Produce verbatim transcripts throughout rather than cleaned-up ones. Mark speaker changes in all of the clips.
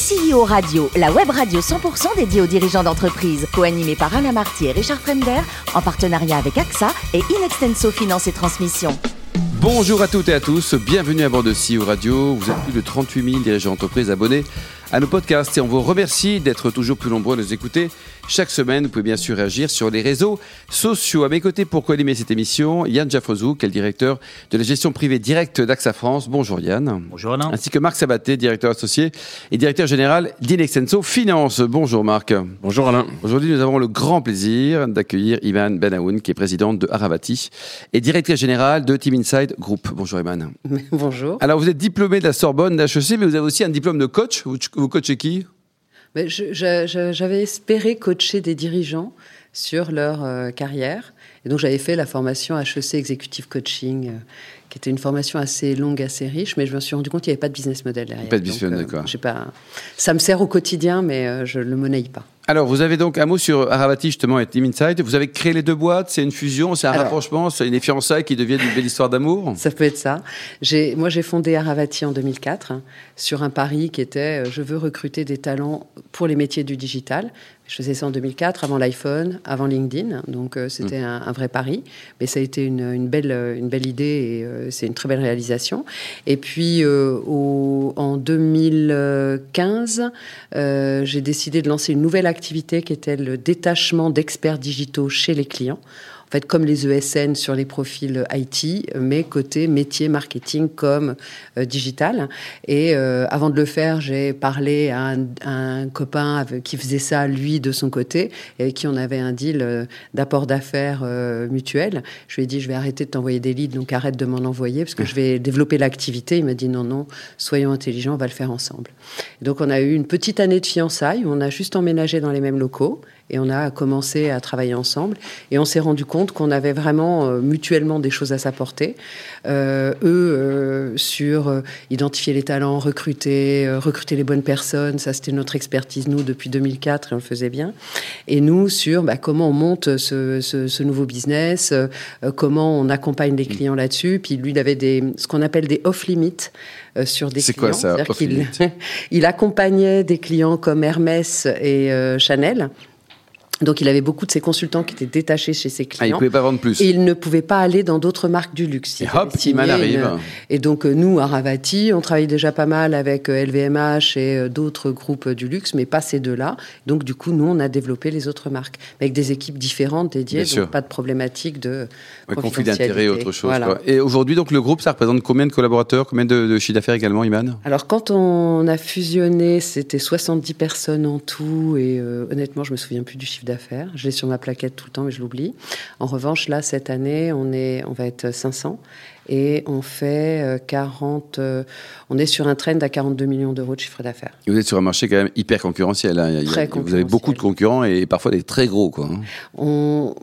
Speaker 1: C E O Radio, la web radio cent pour cent dédiée aux dirigeants d'entreprise, co-animée par Alain Marty et Richard Fremder, en partenariat avec A X A et Inextenso Finance et Transmission.
Speaker 2: Bonjour à toutes et à tous, bienvenue à bord de C E O Radio. Vous êtes plus de trente-huit mille dirigeants d'entreprise abonnés à nos podcasts et on vous remercie d'être toujours plus nombreux à nous écouter. Chaque semaine, vous pouvez bien sûr réagir sur les réseaux sociaux. À mes côtés pour co-animer cette émission, Yann Jaffrezou, qui est le directeur de la gestion privée directe d'A X A France. Bonjour Yann.
Speaker 3: Bonjour Alain.
Speaker 2: Ainsi que Marc Sabaté, directeur associé et directeur général d'Inextenso Finance. Bonjour Marc.
Speaker 3: Bonjour Alain.
Speaker 2: Aujourd'hui, nous avons le grand plaisir d'accueillir Iman Benaoun, qui est présidente de Aravati et directrice générale de Team Inside Group. Bonjour Iman.
Speaker 4: Bonjour.
Speaker 2: Alors, vous êtes diplômé de la Sorbonne, d'H E C, mais vous avez aussi un diplôme de coach. Vous, vous coachez qui ?
Speaker 4: Mais je, je, je, j'avais espéré coacher des dirigeants sur leur euh, carrière. Et donc, j'avais fait la formation H E C Executive Coaching, euh, qui était une formation assez longue, assez riche, mais je me suis rendu compte qu'il n'y avait pas de business model derrière.
Speaker 2: Pas de business model,
Speaker 4: euh,
Speaker 2: d'accord.
Speaker 4: J'ai pas... Ça me sert au quotidien, mais euh, je ne le monnaie pas.
Speaker 2: Alors, vous avez donc un mot sur Aravati, justement, et Team Inside. Vous avez créé les deux boîtes, c'est une fusion, c'est un Alors, rapprochement, c'est une fiançailles qui deviennent une belle histoire d'amour.
Speaker 4: Ça peut être ça. J'ai, moi, j'ai fondé Aravati en deux mille quatre, hein, sur un pari qui était euh, je veux recruter des talents pour les métiers du digital. Je faisais ça en deux mille quatre, avant l'iPhone, avant LinkedIn, donc euh, c'était mmh. un, un vrai pari. Mais ça a été une, une, belle, une belle idée et euh, c'est une très belle réalisation. Et puis, euh, au, en deux mille quinze, euh, j'ai décidé de lancer une nouvelle activité qui était le détachement d'experts digitaux chez les clients. En fait, comme les E S N sur les profils I T, mais côté métier, marketing, com, euh, digital. Et euh, avant de le faire, j'ai parlé à un, à un copain avec, qui faisait ça, lui, de son côté, et avec qui on avait un deal euh, d'apport d'affaires euh, mutuel. Je lui ai dit, je vais arrêter de t'envoyer des leads, donc arrête de m'en envoyer, parce que je vais développer l'activité. Il m'a dit, non, non, soyons intelligents, on va le faire ensemble. Et donc, on a eu une petite année de fiançailles, où on a juste emménagé dans les mêmes locaux. Et on a commencé à travailler ensemble. Et on s'est rendu compte qu'on avait vraiment euh, mutuellement des choses à s'apporter. Euh, eux, euh, sur euh, identifier les talents, recruter, euh, recruter les bonnes personnes. Ça, c'était notre expertise, nous, depuis deux mille quatre, et on le faisait bien. Et nous, sur bah, comment on monte ce, ce, ce nouveau business, euh, comment on accompagne les clients là-dessus. Puis lui, il avait des, ce qu'on appelle des off-limits euh, sur des
Speaker 2: C'est
Speaker 4: clients.
Speaker 2: C'est quoi ça, off-limits ?
Speaker 4: qu'il, il accompagnait des clients comme Hermès et euh, Chanel. Donc, il avait beaucoup de ses consultants qui étaient détachés chez ses clients.
Speaker 2: Ah, il ne pouvait pas vendre plus.
Speaker 4: Et il ne pouvait pas aller dans d'autres marques du luxe.
Speaker 2: Et hop, Iman arrive.
Speaker 4: Une... Et donc, nous, à Aravati, on travaille déjà pas mal avec L V M H et d'autres groupes du luxe, mais pas ces deux-là. Donc, du coup, nous, on a développé les autres marques avec des équipes différentes dédiées, Bien donc sûr. Pas de problématique de
Speaker 2: ouais, conflit d'intérêt, autre chose.
Speaker 4: Voilà.
Speaker 2: Quoi. Et aujourd'hui, donc, le groupe, ça représente combien de collaborateurs, combien de, de chiffre d'affaires également, Iman ?
Speaker 4: Alors, quand on a fusionné, c'était soixante-dix personnes en tout, et euh, honnêtement, je me souviens plus du chiffre d'affaires. Je l'ai sur ma plaquette tout le temps, mais je l'oublie. En revanche, là, cette année, on, est, on va être cinq cents et on fait quarante... Euh, on est sur un trend à quarante-deux millions d'euros de chiffre d'affaires.
Speaker 2: Et vous êtes sur un marché quand même hyper concurrentiel. Hein. Il y a,
Speaker 4: très concurrentiel.
Speaker 2: Vous avez beaucoup de concurrents et parfois des très gros. Quoi.
Speaker 4: On...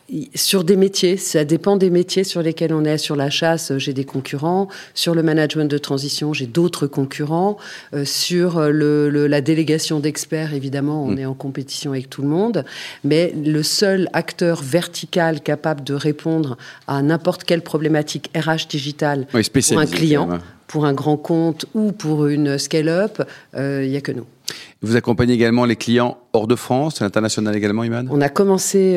Speaker 4: Sur des métiers, ça dépend des métiers sur lesquels on est. Sur la chasse, j'ai des concurrents. Sur le management de transition, j'ai d'autres concurrents. Euh, sur le, le, la délégation d'experts, évidemment, on mmh. est en compétition avec tout le monde. Mais le seul acteur vertical capable de répondre à n'importe quelle problématique R H digitale
Speaker 2: oui,
Speaker 4: pour un client, pour un grand compte ou pour une scale-up, il euh, n'y a que nous.
Speaker 2: Vous accompagnez également les clients hors de France, à l'international également, Iman ?
Speaker 4: On a commencé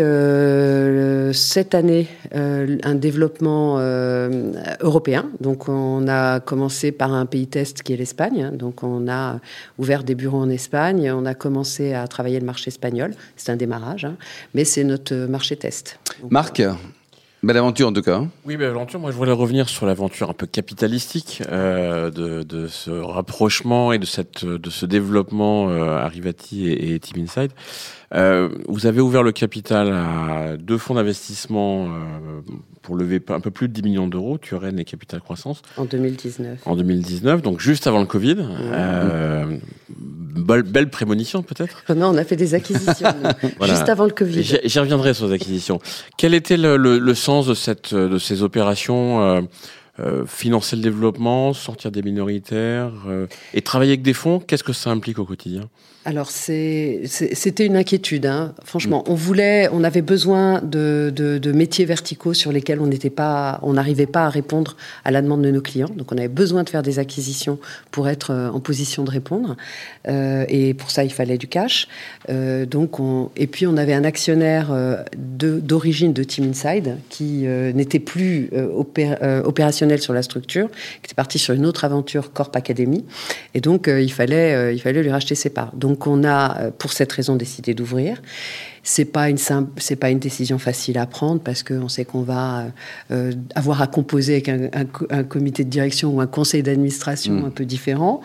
Speaker 4: euh, cette année euh, un développement euh, européen. Donc, on a commencé par un pays test qui est l'Espagne. Donc, on a ouvert des bureaux en Espagne. On a commencé à travailler le marché espagnol. C'est un démarrage, hein, mais c'est notre marché test. Donc,
Speaker 2: Marc ? Belle aventure en tout cas.
Speaker 3: Oui, belle aventure. Moi, je voulais revenir sur l'aventure un peu capitalistique euh, de, de ce rapprochement et de, cette, de ce développement euh, Aravati et, et Team Inside. Euh, vous avez ouvert le capital à deux fonds d'investissement euh, pour lever un peu plus de dix millions d'euros, Turenne et Capital Croissance.
Speaker 4: En deux mille dix-neuf.
Speaker 3: En deux mille dix-neuf, donc juste avant le Covid. Mmh. Euh, belle, belle prémonition peut-être.
Speaker 4: Non, on a fait des acquisitions voilà. juste avant le Covid.
Speaker 3: J'y, j'y reviendrai sur les acquisitions. Quel était le, le, le sens de, cette, de ces opérations euh, euh, financer le développement, sortir des minoritaires euh, et travailler avec des fonds. Qu'est-ce que ça implique au quotidien ?
Speaker 4: Alors c'est, c'est, c'était une inquiétude, hein. Franchement. Mmh. On voulait, on avait besoin de, de, de métiers verticaux sur lesquels on n'était pas, on n'arrivait pas à répondre à la demande de nos clients. Donc on avait besoin de faire des acquisitions pour être en position de répondre. Euh, et pour ça, il fallait du cash. Euh, donc on, et puis on avait un actionnaire euh, de, d'origine de Team Inside qui euh, n'était plus euh, opé- euh, opérationnel sur la structure, qui était parti sur une autre aventure Corp Academy. Et donc euh, il fallait, euh, il fallait lui racheter ses parts. Donc Donc on a, pour cette raison, décidé d'ouvrir. C'est pas une simple, c'est pas une décision facile à prendre parce qu'on sait qu'on va euh, avoir à composer avec un, un, un comité de direction ou un conseil d'administration mmh. un peu différent.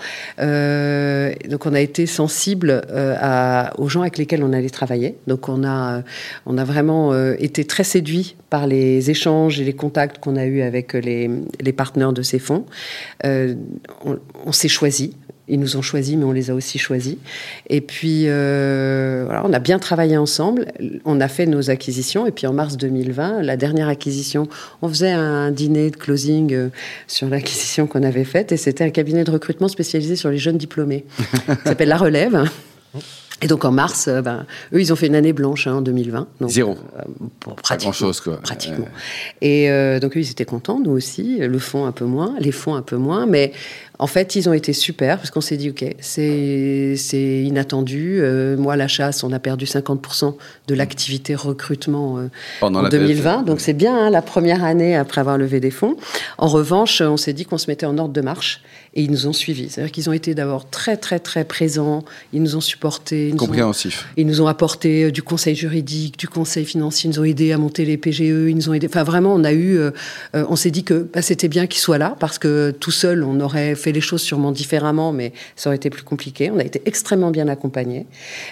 Speaker 4: Euh, donc on a été sensible euh, à, aux gens avec lesquels on allait travailler. Donc on a, on a vraiment euh, été très séduits par les échanges et les contacts qu'on a eus avec les, les partenaires de ces fonds. Euh, on, on s'est choisi. Ils nous ont choisis, mais on les a aussi choisis. Et puis, euh, voilà, on a bien travaillé ensemble. On a fait nos acquisitions. Et puis, en mars deux mille vingt, la dernière acquisition, on faisait un dîner de closing euh, sur l'acquisition qu'on avait faite. Et c'était un cabinet de recrutement spécialisé sur les jeunes diplômés. Ça s'appelle La Relève. Et donc en mars, euh, ben, eux, ils ont fait une année blanche hein, en deux mille vingt. Donc,
Speaker 2: Zéro.
Speaker 4: Euh, bon,
Speaker 2: pas grand-chose, quoi.
Speaker 4: Pratiquement. Ouais. Et euh, donc eux, ils étaient contents, nous aussi. Le fonds un peu moins, les fonds un peu moins. Mais en fait, ils ont été super parce qu'on s'est dit, OK, c'est, c'est inattendu. Euh, moi, la chasse, on a perdu cinquante pour cent de l'activité recrutement euh, en deux mille vingt. Donc c'est bien, hein, la première année après avoir levé des fonds. En revanche, on s'est dit qu'on se mettait en ordre de marche. Et ils nous ont suivis. C'est-à-dire qu'ils ont été d'abord très, très, très présents. Ils nous ont supportés. Ils nous
Speaker 2: Compréhensif.
Speaker 4: Ont, ils nous ont apporté du conseil juridique, du conseil financier. Ils nous ont aidés à monter les P G E. Ils nous ont aidés. Enfin, vraiment, on a eu... Euh, on s'est dit que bah, c'était bien qu'ils soient là parce que tout seul, on aurait fait les choses sûrement différemment, mais ça aurait été plus compliqué. On a été extrêmement bien accompagnés.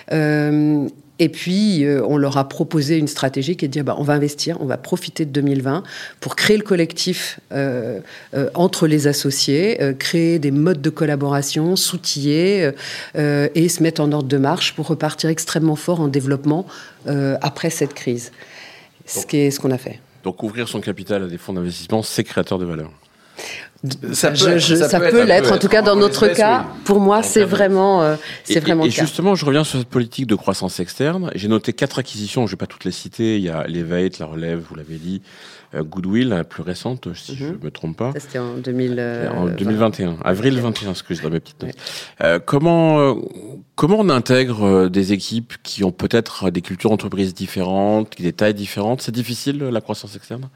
Speaker 4: Euh, Et puis, euh, on leur a proposé une stratégie qui est de dire, bah, on va investir, on va profiter de deux mille vingt pour créer le collectif euh, euh, entre les associés, euh, créer des modes de collaboration, s'outiller euh, et se mettre en ordre de marche pour repartir extrêmement fort en développement euh, après cette crise. Ce qui est ce qu'on a fait.
Speaker 3: Donc, ouvrir son capital à des fonds d'investissement, c'est créateur de valeur.
Speaker 2: Ça peut,
Speaker 4: je,
Speaker 2: être,
Speaker 4: je,
Speaker 2: ça
Speaker 4: ça
Speaker 2: peut,
Speaker 4: peut
Speaker 2: être,
Speaker 4: l'être. En tout cas, dans notre
Speaker 2: espèce,
Speaker 4: cas,
Speaker 2: oui.
Speaker 4: pour moi,
Speaker 3: En
Speaker 4: c'est vraiment, euh, c'est
Speaker 3: et,
Speaker 4: vraiment
Speaker 3: et,
Speaker 4: le cas.
Speaker 3: Et justement, je reviens sur cette politique de croissance externe. J'ai noté quatre acquisitions. Je ne vais pas toutes les citer. Il y a l'Evate, La Relève, vous l'avez dit, euh, Goodwill, la plus récente, si mm-hmm. je ne me trompe pas.
Speaker 4: Ça, c'était en deux mille vingt.
Speaker 3: En deux mille vingt et un, avril vingt et un, ce que je dans mes petites notes. Ouais. Euh, comment euh, comment on intègre euh, des équipes qui ont peut-être des cultures entreprises différentes, des tailles différentes? C'est difficile la croissance externe?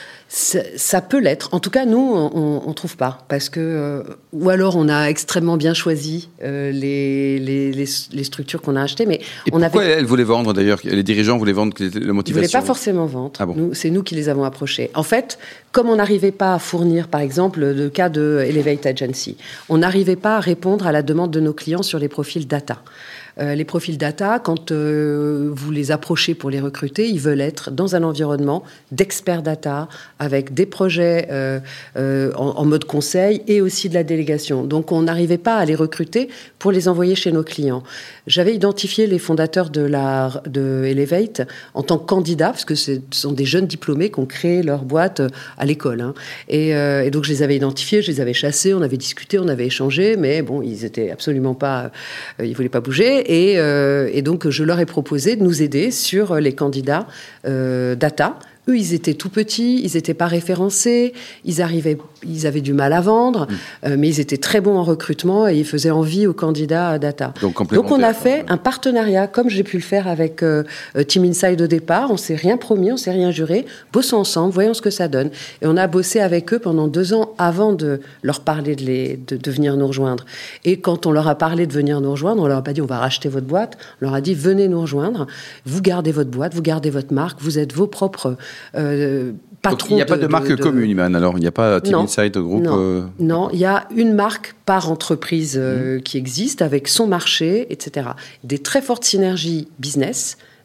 Speaker 4: Ça, ça peut l'être. En tout cas, nous, on ne trouve pas. Parce que, euh, ou alors, on a extrêmement bien choisi euh, les, les, les, les structures qu'on a achetées. Mais
Speaker 2: Et
Speaker 4: on
Speaker 2: pourquoi
Speaker 4: avait...
Speaker 2: elles voulaient vendre, d'ailleurs? Les dirigeants voulaient vendre, la motivation?
Speaker 4: Ils ne voulaient pas forcément vendre.
Speaker 2: Ah bon.
Speaker 4: Nous, c'est nous qui les avons approchés. En fait, comme on n'arrivait pas à fournir, par exemple, le cas de Elevate Agency, on n'arrivait pas à répondre à la demande de nos clients sur les profils data. Euh, les profils data, quand euh, vous les approchez pour les recruter, ils veulent être dans un environnement d'experts data, avec des projets euh, euh, en, en mode conseil et aussi de la délégation. Donc, on n'arrivait pas à les recruter pour les envoyer chez nos clients. J'avais identifié les fondateurs de, la, de Elevate en tant que candidats, parce que ce sont des jeunes diplômés qui ont créé leur boîte à l'école. Hein. Et, euh, et donc, je les avais identifiés, je les avais chassés, on avait discuté, on avait échangé, mais bon, ils étaient absolument pas... Euh, ils voulaient pas bouger. Et, euh, et donc, je leur ai proposé de nous aider sur les candidats euh, data. Eux, ils étaient tout petits, ils n'étaient pas référencés, ils, arrivaient, ils avaient du mal à vendre, mmh. euh, mais ils étaient très bons en recrutement et ils faisaient envie aux candidats data.
Speaker 2: Donc,
Speaker 4: Donc on a fait un partenariat, comme j'ai pu le faire avec euh, Team Inside au départ. On ne s'est rien promis, on ne s'est rien juré. Bossons ensemble, voyons ce que ça donne. Et on a bossé avec eux pendant deux ans avant de leur parler de, les, de, de venir nous rejoindre. Et quand on leur a parlé de venir nous rejoindre, on leur a pas dit on va racheter votre boîte, on leur a dit venez nous rejoindre, vous gardez votre boîte, vous gardez votre marque, vous êtes vos propres... Euh, patron.
Speaker 2: Donc, il n'y a pas de, de marque de, commune, Iman, alors il n'y a pas Team
Speaker 4: non,
Speaker 2: Inside Group
Speaker 4: Non,
Speaker 2: euh...
Speaker 4: non, il y a une marque par entreprise euh, mmh. qui existe avec son marché, et cetera. Des très fortes synergies business,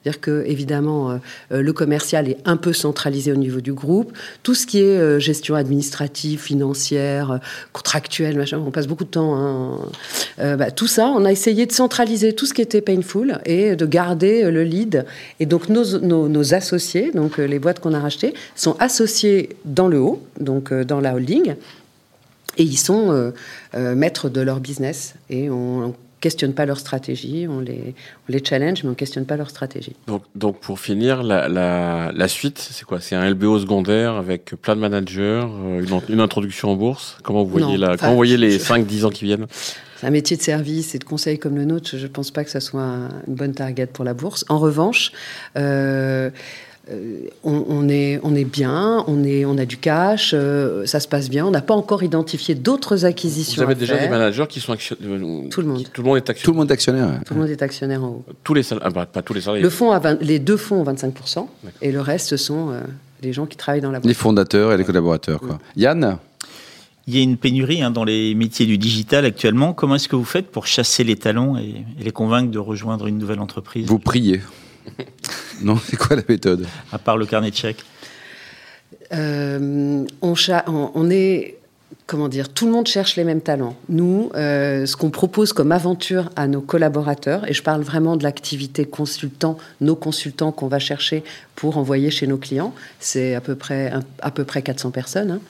Speaker 4: C'est-à-dire que, évidemment, euh, le commercial est un peu centralisé au niveau du groupe. Tout ce qui est euh, gestion administrative, financière, euh, contractuelle, machin, on passe beaucoup de temps. Hein. Euh, bah, tout ça, on a essayé de centraliser tout ce qui était painful et de garder euh, le lead. Et donc, nos, nos, nos associés, donc euh, les boîtes qu'on a rachetées, sont associés dans le haut, donc euh, dans la holding, et ils sont euh, euh, maîtres de leur business. Et on... on questionne pas leur stratégie, on les, on les challenge, mais on questionne pas leur stratégie.
Speaker 3: Donc, donc pour finir, la, la, la suite, c'est quoi? C'est un L B O secondaire avec plein de managers, une, une introduction en bourse. Comment vous voyez,
Speaker 4: non,
Speaker 3: la, comment vous voyez les
Speaker 4: je...
Speaker 3: cinq dix ans qui viennent?
Speaker 4: C'est un métier de service et de conseil comme le nôtre. Je ne pense pas que ça soit une bonne target pour la bourse. En revanche, euh, Euh, on, on, est, on est bien, on, est, on a du cash, euh, ça se passe bien. On n'a pas encore identifié d'autres acquisitions.
Speaker 3: Vous avez
Speaker 4: à
Speaker 3: déjà
Speaker 4: faire.
Speaker 3: des managers qui sont actionnaires.
Speaker 4: Tout le monde.
Speaker 3: Qui, tout le monde est actionnaire.
Speaker 2: Tout le monde est actionnaire. Ouais.
Speaker 4: Tout le monde est actionnaire en haut.
Speaker 3: Tous les salariés, ah bah, pas tous les salariés.
Speaker 4: Le fonds a vingt, les deux fonds ont vingt-cinq pour cent.
Speaker 3: D'accord.
Speaker 4: Et le reste, ce sont euh, les gens qui travaillent dans la boîte.
Speaker 2: Les fondateurs et les collaborateurs. Quoi. Yann?
Speaker 5: Il y a une pénurie hein, dans les métiers du digital actuellement. Comment est-ce que vous faites pour chasser les talents et, et les convaincre de rejoindre une nouvelle entreprise?
Speaker 2: Vous priez. Non, c'est quoi la méthode?
Speaker 5: À part le carnet de chèques.
Speaker 4: Euh, on, cha- on, on est, comment dire, tout le monde cherche les mêmes talents. Nous, euh, ce qu'on propose comme aventure à nos collaborateurs, et je parle vraiment de l'activité consultant, nos consultants qu'on va chercher pour envoyer chez nos clients, c'est à peu près, un, à peu près quatre cents personnes. Hein.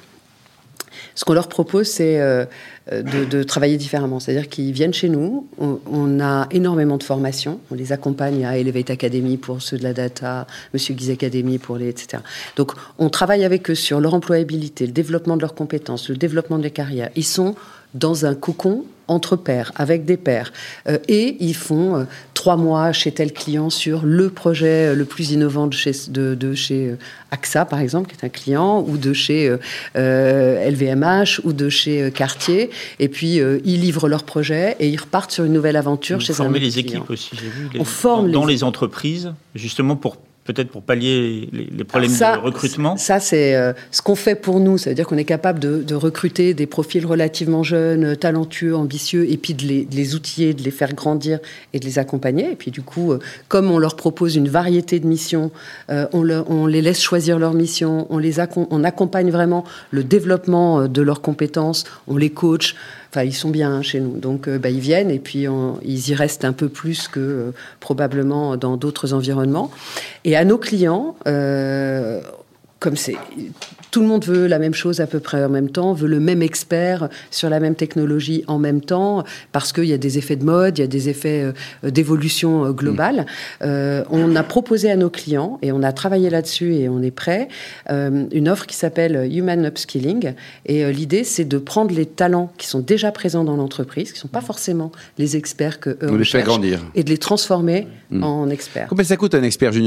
Speaker 4: Ce qu'on leur propose, c'est euh, de, de travailler différemment. C'est-à-dire qu'ils viennent chez nous, on, on a énormément de formations, on les accompagne à Elevate Academy pour ceux de la data, Monsieur Guise Academy pour les, et cetera. Donc, on travaille avec eux sur leur employabilité, le développement de leurs compétences, le développement de leurs carrières. Ils sont dans un cocon entre pairs, avec des pairs. Euh, et ils font euh, trois mois chez tel client sur le projet euh, le plus innovant de chez, de, de chez euh, A X A, par exemple, qui est un client, ou de chez euh, euh, L V M H, ou de chez euh, Cartier. Et puis, euh, ils livrent leur projet et ils repartent sur une nouvelle aventure
Speaker 5: Vous
Speaker 4: chez un
Speaker 5: formez
Speaker 4: autre
Speaker 5: les
Speaker 4: client.
Speaker 5: équipes aussi, j'ai vu. Les,
Speaker 4: On forme
Speaker 5: dans, dans
Speaker 4: les...
Speaker 5: les entreprises, justement pour... peut-être pour pallier les, les problèmes
Speaker 4: ça,
Speaker 5: de recrutement.
Speaker 4: Ça, c'est euh, ce qu'on fait pour nous. Ça veut dire qu'on est capable de, de recruter des profils relativement jeunes, talentueux, ambitieux, et puis de les, de les outiller, de les faire grandir et de les accompagner. Et puis du coup, euh, comme on leur propose une variété de missions, euh, on, le, on les laisse choisir leurs missions, on, les accom- on accompagne vraiment le développement de leurs compétences, on les coach. Enfin, ils sont bien hein, chez nous. Donc, euh, bah, ils viennent et puis on, ils y restent un peu plus que euh, probablement dans d'autres environnements. Et à nos clients, euh, comme c'est... Tout le monde veut la même chose à peu près en même temps, veut le même expert sur la même technologie en même temps, parce qu'il y a des effets de mode, il y a des effets euh, d'évolution euh, globale. Mmh. Euh, on a proposé à nos clients, et on a travaillé là-dessus et on est prêt, euh, une offre qui s'appelle Human Upskilling. Et euh, l'idée, c'est de prendre les talents qui sont déjà présents dans l'entreprise, qui ne sont pas forcément les experts que eux
Speaker 2: on les fait grandir,
Speaker 4: et de les transformer mmh. en experts.
Speaker 2: Combien ça coûte un expert junior ?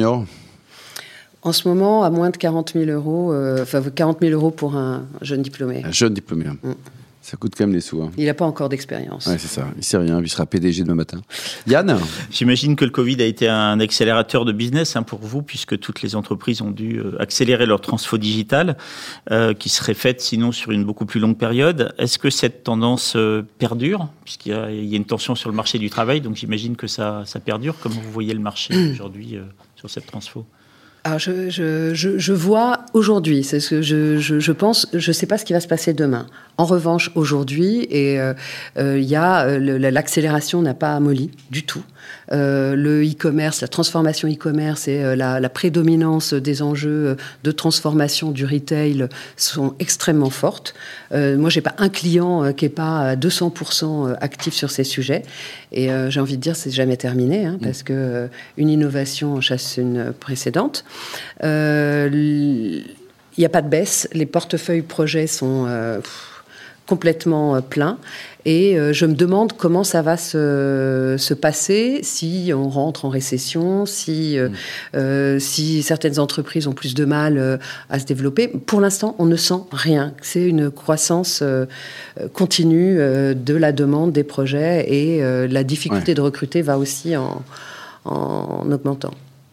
Speaker 4: En ce moment, à moins de quarante mille euros, euh, enfin quarante mille euros pour un jeune diplômé.
Speaker 2: Un jeune diplômé, mm. Ça coûte quand même des sous. Hein.
Speaker 4: Il n'a pas encore d'expérience.
Speaker 2: Ouais, c'est ça. Il ne sait rien, il sera P D G demain matin. Yann ?
Speaker 5: J'imagine que le Covid a été un accélérateur de business hein, pour vous, puisque toutes les entreprises ont dû euh, accélérer leur transfo digital, euh, qui serait faite sinon sur une beaucoup plus longue période. Est-ce que cette tendance euh, perdure, puisqu'il y a, il y a une tension sur le marché du travail, donc j'imagine que ça, ça perdure. Comment vous voyez le marché aujourd'hui euh, sur cette transfo ?
Speaker 4: Alors je, je, je, je vois aujourd'hui, c'est ce que je, je, je pense, je ne sais pas ce qui va se passer demain. En revanche, aujourd'hui, et euh, euh, y a, le, l'accélération n'a pas amolli du tout. Euh, le e-commerce, la transformation e-commerce et euh, la, la prédominance des enjeux de transformation du retail sont extrêmement fortes. Euh, moi, j'ai pas un client euh, qui est pas à deux cents pour cent actif sur ces sujets. Et euh, j'ai envie de dire, c'est jamais terminé, hein, mmh. parce que euh, une innovation chasse une précédente. Euh, il n'y a pas de baisse. Les portefeuilles projets sont euh, pff, complètement euh, pleins. Et euh, je me demande comment ça va se, se passer si on rentre en récession, si, euh, mmh. euh, si certaines entreprises ont plus de mal euh, à se développer. Pour l'instant, on ne sent rien. C'est une croissance euh, continue euh, de la demande des projets et euh, la difficulté ouais. de recruter va aussi en, en augmentant.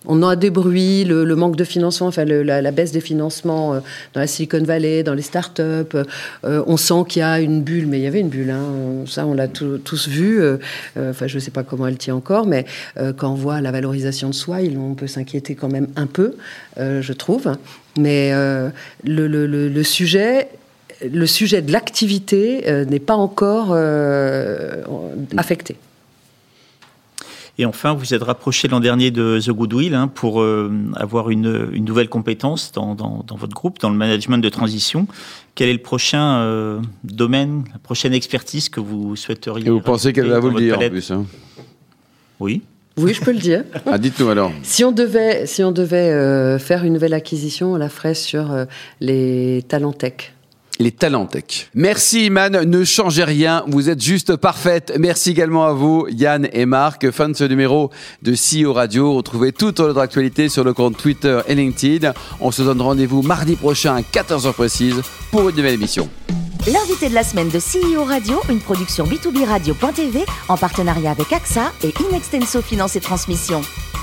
Speaker 4: On a des bruits, le, le manque de financement, enfin le, la, la baisse des financements euh, dans la Silicon Valley, dans les startups. Euh, on sent qu'il y a une bulle, mais il y avait une bulle. Hein, ça, on l'a tout, tous vu. Euh, enfin, je ne sais pas comment elle tient encore, mais euh, quand on voit la valorisation de soi, on peut s'inquiéter quand même un peu, euh, je trouve. Mais euh, le, le, le, le sujet... Le sujet de l'activité euh, n'est pas encore euh, affecté.
Speaker 5: Et enfin, vous êtes rapproché l'an dernier de The Goodwill hein, pour euh, avoir une, une nouvelle compétence dans, dans, dans votre groupe, dans le management de transition. Quel est le prochain euh, domaine, la prochaine expertise que vous souhaiteriez?
Speaker 2: Et vous pensez qu'elle va vous le dire palette? En plus hein.
Speaker 5: Oui.
Speaker 4: Oui, je peux le dire.
Speaker 2: Ah, dites-nous alors.
Speaker 4: Si on devait, si on devait euh, faire une nouvelle acquisition, on la ferait sur euh, les talents tech.
Speaker 2: Les talents tech. Merci Iman, ne changez rien, vous êtes juste parfaite. Merci également à vous Yann et Marc. Fin de ce numéro de C E O Radio. Retrouvez toute notre actualité sur le compte Twitter et LinkedIn. On se donne rendez-vous mardi prochain à quatorze heures précise pour une nouvelle émission.
Speaker 1: L'invité de la semaine de C E O Radio, une production B deux B radio point T V en partenariat avec A X A et In Extenso Finance et Transmission.